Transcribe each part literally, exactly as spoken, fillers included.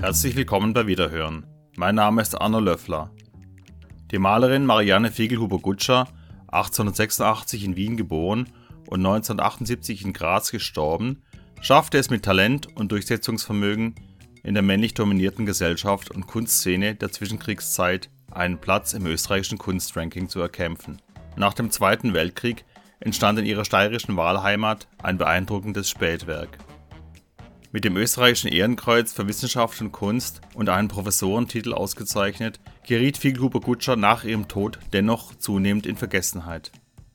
Herzlich willkommen bei Wiederhören. Mein Name ist Arno Löffler. Die Malerin Marianne Figlhuber-Gutscher, achtzehnhundertsechsundachtzig in Wien geboren und neunzehnhundertachtundsiebzig in Graz gestorben, schaffte es mit Talent und Durchsetzungsvermögen in der männlich dominierten Gesellschaft und Kunstszene der Zwischenkriegszeit einen Platz im österreichischen Kunstranking zu erkämpfen. Nach dem Zweiten Weltkrieg entstand in ihrer steirischen Wahlheimat ein beeindruckendes Spätwerk. Mit dem österreichischen Ehrenkreuz für Wissenschaft und Kunst und einem Professorentitel ausgezeichnet, geriet Figlhuber-Gutscher nach ihrem Tod dennoch zunehmend in Vergessenheit.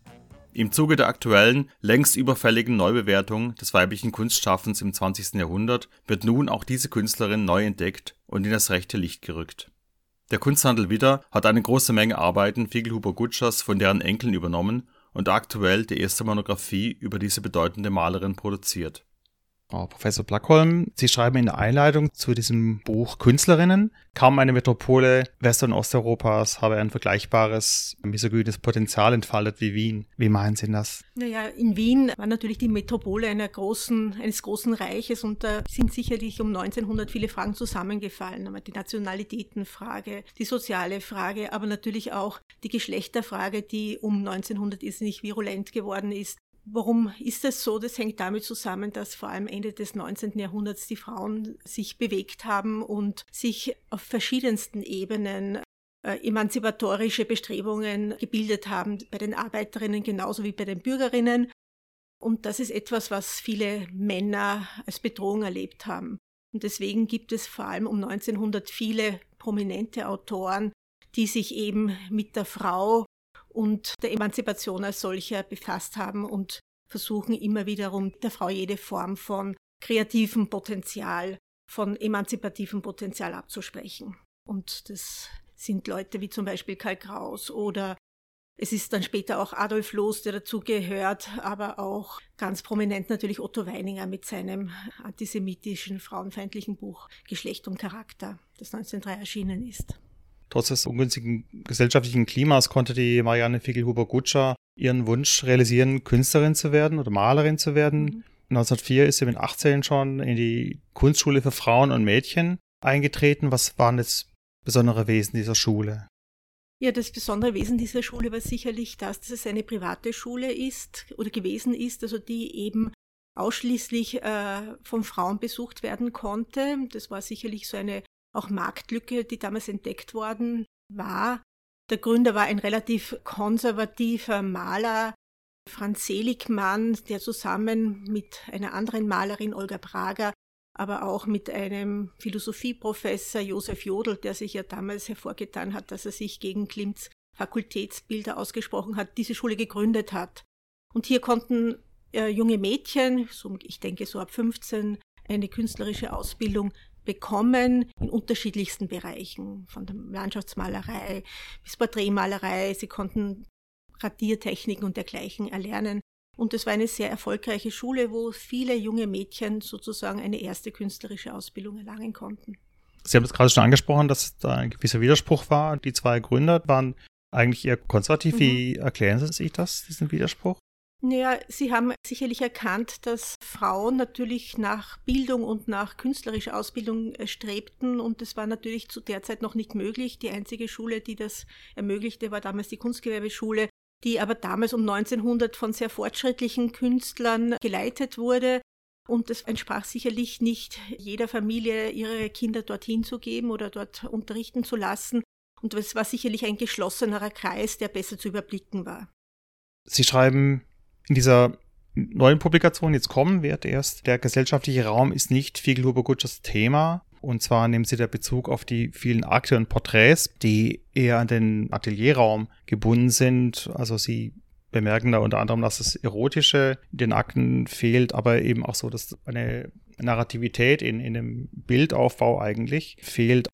Im Zuge der aktuellen, längst überfälligen Neubewertung des weiblichen Kunstschaffens im zwanzigsten Jahrhundert wird nun auch diese Künstlerin neu entdeckt und in das rechte Licht gerückt. Der Kunsthandel Widder hat eine große Menge Arbeiten Figlhuber-Gutschers von deren Enkeln übernommen und aktuell die erste Monographie über diese bedeutende Malerin produziert. Frau Professor Blackholm, Sie schreiben in der Einleitung zu diesem Buch Künstlerinnen: Kaum eine Metropole West- und Osteuropas habe ein vergleichbares misogynes Potenzial entfaltet wie Wien. Wie meinen Sie das? Naja, in Wien war natürlich die Metropole einer großen, eines großen Reiches und da sind sicherlich um neunzehnhundert viele Fragen zusammengefallen. Die Nationalitätenfrage, die soziale Frage, aber natürlich auch die Geschlechterfrage, die um neunzehnhundert irrsinnig virulent geworden ist. Warum ist das so? Das hängt damit zusammen, dass vor allem Ende des neunzehnten Jahrhunderts die Frauen sich bewegt haben und sich auf verschiedensten Ebenen äh, emanzipatorische Bestrebungen gebildet haben, bei den Arbeiterinnen genauso wie bei den Bürgerinnen. Und das ist etwas, was viele Männer als Bedrohung erlebt haben. Und deswegen gibt es vor allem um neunzehnhundert viele prominente Autoren, die sich eben mit der Frau und der Emanzipation als solcher befasst haben und versuchen immer wiederum der Frau jede Form von kreativem Potenzial, von emanzipativem Potenzial abzusprechen. Und das sind Leute wie zum Beispiel Karl Kraus oder es ist dann später auch Adolf Loos, der dazu gehört, aber auch ganz prominent natürlich Otto Weininger mit seinem antisemitischen, frauenfeindlichen Buch Geschlecht und Charakter, das neunzehnhundertdrei erschienen ist. Trotz des ungünstigen gesellschaftlichen Klimas konnte die Marianne Figlhuber-Gutscher ihren Wunsch realisieren, Künstlerin zu werden oder Malerin zu werden. Mhm. neunzehnhundertvier ist sie mit achtzehn schon in die Kunstschule für Frauen und Mädchen eingetreten. Was waren das besondere Wesen dieser Schule? Ja, das besondere Wesen dieser Schule war sicherlich das, dass es eine private Schule ist oder gewesen ist, also die eben ausschließlich äh, von Frauen besucht werden konnte. Das war sicherlich so eine auch Marktlücke, die damals entdeckt worden war. Der Gründer war ein relativ konservativer Maler, Franz Seligmann, der zusammen mit einer anderen Malerin, Olga Prager, aber auch mit einem Philosophieprofessor, Josef Jodl, der sich ja damals hervorgetan hat, dass er sich gegen Klimts Fakultätsbilder ausgesprochen hat, diese Schule gegründet hat. Und hier konnten äh, junge Mädchen, so, ich denke so ab fünfzehn, eine künstlerische Ausbildung bekommen in unterschiedlichsten Bereichen, von der Landschaftsmalerei bis Porträtmalerei. Sie konnten Radiertechniken und dergleichen erlernen. Und es war eine sehr erfolgreiche Schule, wo viele junge Mädchen sozusagen eine erste künstlerische Ausbildung erlangen konnten. Sie haben es gerade schon angesprochen, dass da ein gewisser Widerspruch war. Die zwei Gründer waren eigentlich eher konservativ. Mhm. Wie erklären Sie sich das, diesen Widerspruch? Naja, sie haben sicherlich erkannt, dass Frauen natürlich nach Bildung und nach künstlerischer Ausbildung strebten und das war natürlich zu der Zeit noch nicht möglich. Die einzige Schule, die das ermöglichte, war damals die Kunstgewerbeschule, die aber damals um neunzehnhundert von sehr fortschrittlichen Künstlern geleitet wurde. Und es entsprach sicherlich nicht jeder Familie, ihre Kinder dorthin zu geben oder dort unterrichten zu lassen. Und es war sicherlich ein geschlossenerer Kreis, der besser zu überblicken war. Sie schreiben in dieser neuen Publikation, jetzt kommen wird erst, der gesellschaftliche Raum ist nicht Figlhuber-Gutschers Thema. Und zwar nehmen Sie da Bezug auf die vielen Akte und Porträts, die eher an den Atelierraum gebunden sind. Also Sie bemerken da unter anderem, dass das Erotische in den Akten fehlt, aber eben auch so, dass eine Narrativität in, in dem Bildaufbau eigentlich fehlt.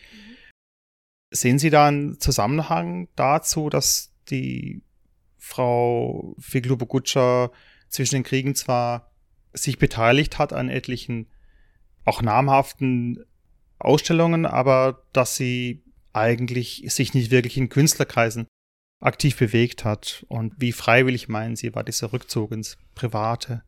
Sehen Sie da einen Zusammenhang dazu, dass die Frau Figlhuber-Gutscher zwischen den Kriegen zwar sich beteiligt hat an etlichen auch namhaften Ausstellungen, aber dass sie eigentlich sich nicht wirklich in Künstlerkreisen aktiv bewegt hat? Und wie freiwillig, meinen Sie, war dieser Rückzug ins Private?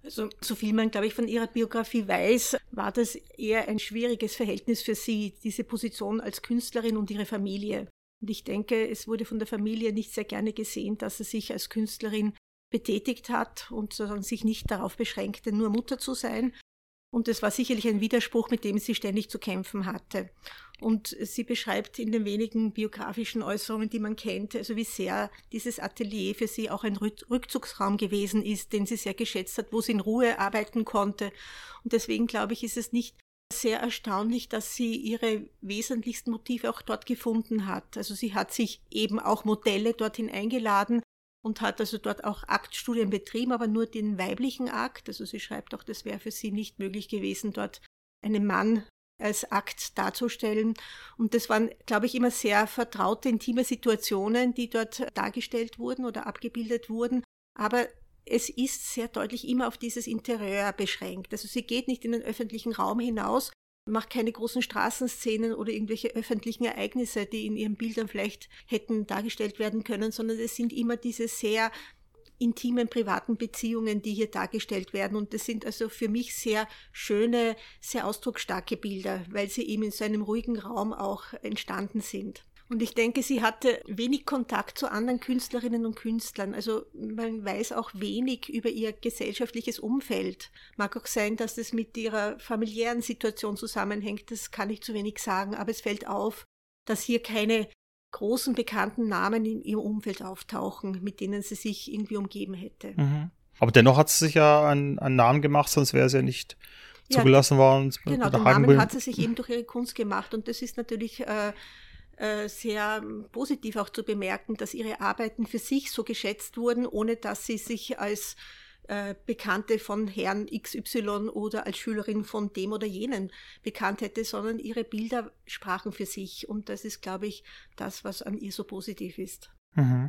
Also, so viel man, glaube ich, von ihrer Biografie weiß, war das eher ein schwieriges Verhältnis für sie, diese Position als Künstlerin und ihre Familie. Und ich denke, es wurde von der Familie nicht sehr gerne gesehen, dass sie sich als Künstlerin betätigt hat und sozusagen sich nicht darauf beschränkte, nur Mutter zu sein. Und das war sicherlich ein Widerspruch, mit dem sie ständig zu kämpfen hatte. Und sie beschreibt in den wenigen biografischen Äußerungen, die man kennt, also wie sehr dieses Atelier für sie auch ein Rückzugsraum gewesen ist, den sie sehr geschätzt hat, wo sie in Ruhe arbeiten konnte. Und deswegen, glaube ich, ist es nicht sehr erstaunlich, dass sie ihre wesentlichsten Motive auch dort gefunden hat. Also sie hat sich eben auch Modelle dorthin eingeladen und hat also dort auch Aktstudien betrieben, aber nur den weiblichen Akt. Also sie schreibt auch, das wäre für sie nicht möglich gewesen, dort einen Mann als Akt darzustellen. Und das waren, glaube ich, immer sehr vertraute, intime Situationen, die dort dargestellt wurden oder abgebildet wurden. Aber es ist sehr deutlich immer auf dieses Interieur beschränkt. Also sie geht nicht in den öffentlichen Raum hinaus, macht keine großen Straßenszenen oder irgendwelche öffentlichen Ereignisse, die in ihren Bildern vielleicht hätten dargestellt werden können, sondern es sind immer diese sehr intimen, privaten Beziehungen, die hier dargestellt werden. Und das sind also für mich sehr schöne, sehr ausdrucksstarke Bilder, weil sie eben in so einem ruhigen Raum auch entstanden sind. Und ich denke, sie hatte wenig Kontakt zu anderen Künstlerinnen und Künstlern. Also man weiß auch wenig über ihr gesellschaftliches Umfeld. Mag auch sein, dass das mit ihrer familiären Situation zusammenhängt. Das kann ich zu wenig sagen. Aber es fällt auf, dass hier keine großen bekannten Namen in ihrem Umfeld auftauchen, mit denen sie sich irgendwie umgeben hätte. Mhm. Aber dennoch hat sie sich ja einen, einen Namen gemacht, sonst wäre sie ja nicht ja, zugelassen worden. Genau, den Namen hat sie sich eben durch ihre Kunst gemacht. Und das ist natürlich äh, äh, sehr positiv auch zu bemerken, dass ihre Arbeiten für sich so geschätzt wurden, ohne dass sie sich als äh, Bekannte von Herrn X Y oder als Schülerin von dem oder jenen bekannt hätte, sondern ihre Bilder sprachen für sich. Und das ist, glaube ich, das, was an ihr so positiv ist. Mhm.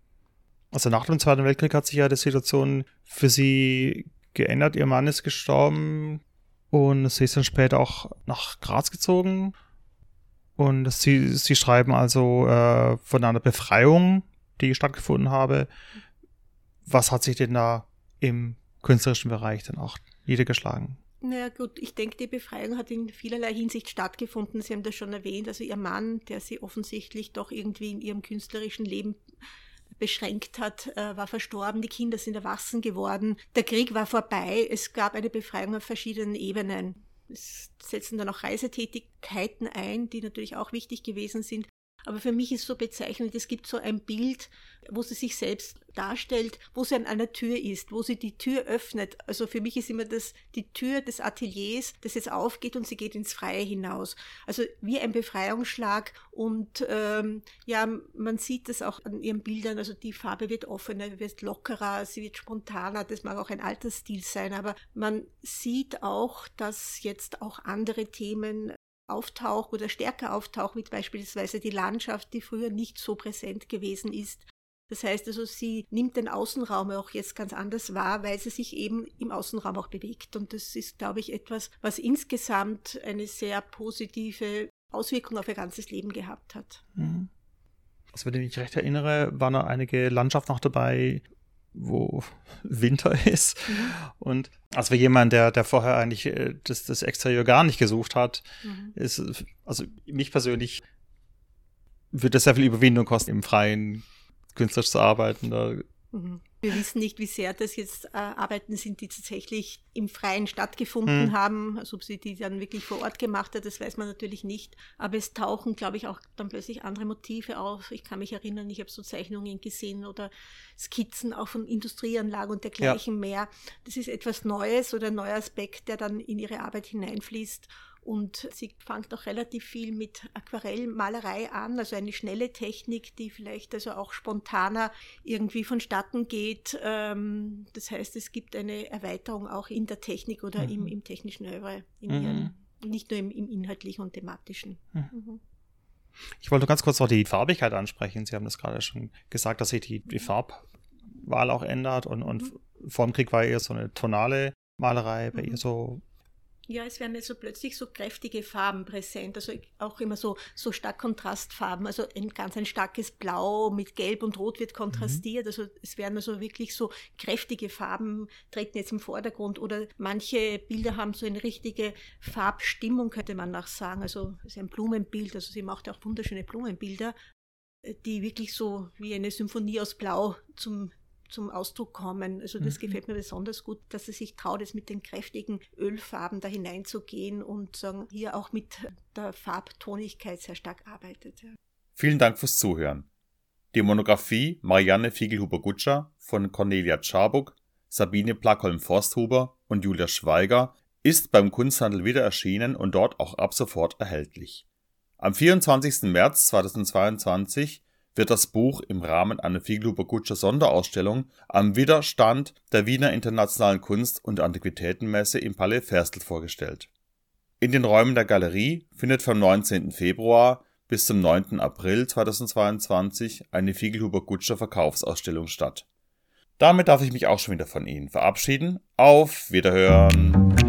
Also nach dem Zweiten Weltkrieg hat sich ja die Situation für sie geändert. Ihr Mann ist gestorben und sie ist dann später auch nach Graz gezogen. Und sie, sie schreiben also äh, von einer Befreiung, die stattgefunden habe. Was hat sich denn da im künstlerischen Bereich dann auch niedergeschlagen? Naja gut, ich denke, die Befreiung hat in vielerlei Hinsicht stattgefunden. Sie haben das schon erwähnt, also ihr Mann, der sie offensichtlich doch irgendwie in ihrem künstlerischen Leben beschränkt hat, war verstorben, die Kinder sind erwachsen geworden, der Krieg war vorbei, es gab eine Befreiung auf verschiedenen Ebenen. Es setzen dann auch Reisetätigkeiten ein, die natürlich auch wichtig gewesen sind. Aber für mich ist so bezeichnend, es gibt so ein Bild, wo sie sich selbst darstellt, wo sie an einer Tür ist, wo sie die Tür öffnet. Also für mich ist immer das die Tür des Ateliers, das jetzt aufgeht und sie geht ins Freie hinaus. Also wie ein Befreiungsschlag und ähm, ja, man sieht das auch an ihren Bildern, also die Farbe wird offener, wird lockerer, sie wird spontaner, das mag auch ein Altersstil sein, aber man sieht auch, dass jetzt auch andere Themen auftauchen oder stärker auftauchen, wie beispielsweise die Landschaft, die früher nicht so präsent gewesen ist. Das heißt also, sie nimmt den Außenraum auch jetzt ganz anders wahr, weil sie sich eben im Außenraum auch bewegt. Und das ist, glaube ich, etwas, was insgesamt eine sehr positive Auswirkung auf ihr ganzes Leben gehabt hat. Mhm. Also wenn ich mich recht erinnere, waren da einige Landschaften noch dabei, wo Winter ist. Mhm. Und also für jemanden, der, der vorher eigentlich das, das Exterieur gar nicht gesucht hat, mhm. ist, also mich persönlich würde das sehr viel Überwindung kosten, im Freien künstlerisch zu arbeiten. Da. Mhm. Wir wissen nicht, wie sehr das jetzt äh, Arbeiten sind, die tatsächlich im Freien stattgefunden mhm. haben. Also ob sie die dann wirklich vor Ort gemacht hat, das weiß man natürlich nicht. Aber es tauchen, glaube ich, auch dann plötzlich andere Motive auf. Ich kann mich erinnern, ich habe so Zeichnungen gesehen oder Skizzen auch von Industrieanlagen und dergleichen ja. mehr. Das ist etwas Neues oder ein neuer Aspekt, der dann in ihre Arbeit hineinfließt. Und sie fängt auch relativ viel mit Aquarellmalerei an, also eine schnelle Technik, die vielleicht also auch spontaner irgendwie vonstatten geht. Das heißt, es gibt eine Erweiterung auch in der Technik oder mhm. im, im technischen Oeuvre, in mhm. ihren, nicht nur im, im inhaltlichen und thematischen. Mhm. Mhm. Ich wollte ganz kurz noch die Farbigkeit ansprechen. Sie haben das gerade schon gesagt, dass sich die, die Farbwahl auch ändert und, und mhm. vor dem Krieg war eher so eine tonale Malerei, bei mhm. ihr so Ja, es werden also plötzlich so kräftige Farben präsent, also auch immer so, so stark Kontrastfarben, also ein ganz ein starkes Blau mit Gelb und Rot wird kontrastiert, also es werden also wirklich so kräftige Farben treten jetzt im Vordergrund oder manche Bilder haben so eine richtige Farbstimmung, könnte man auch sagen, also es ist ein Blumenbild, also sie macht auch wunderschöne Blumenbilder, die wirklich so wie eine Symphonie aus Blau zum zum Ausdruck kommen. Also das mhm. gefällt mir besonders gut, dass sie sich traut, es mit den kräftigen Ölfarben da hineinzugehen und sagen, hier auch mit der Farbtonigkeit sehr stark arbeitet. Ja. Vielen Dank fürs Zuhören. Die Monographie Marianne Fiegelhuber-Gutscher von Cornelia Czarbuck, Sabine Plackholm-Forsthuber und Julia Schweiger ist beim Kunsthandel wieder erschienen und dort auch ab sofort erhältlich. Am vierundzwanzigsten März zweitausendzweiundzwanzig wird das Buch im Rahmen einer Fiegelhuber-Gutscher Sonderausstellung am Widerstand der Wiener Internationalen Kunst- und Antiquitätenmesse im Palais Ferstel vorgestellt. In den Räumen der Galerie findet vom neunzehnten Februar bis zum neunten April zweitausendzweiundzwanzig eine Fiegelhuber-Gutscher Verkaufsausstellung statt. Damit darf ich mich auch schon wieder von Ihnen verabschieden. Auf Wiederhören!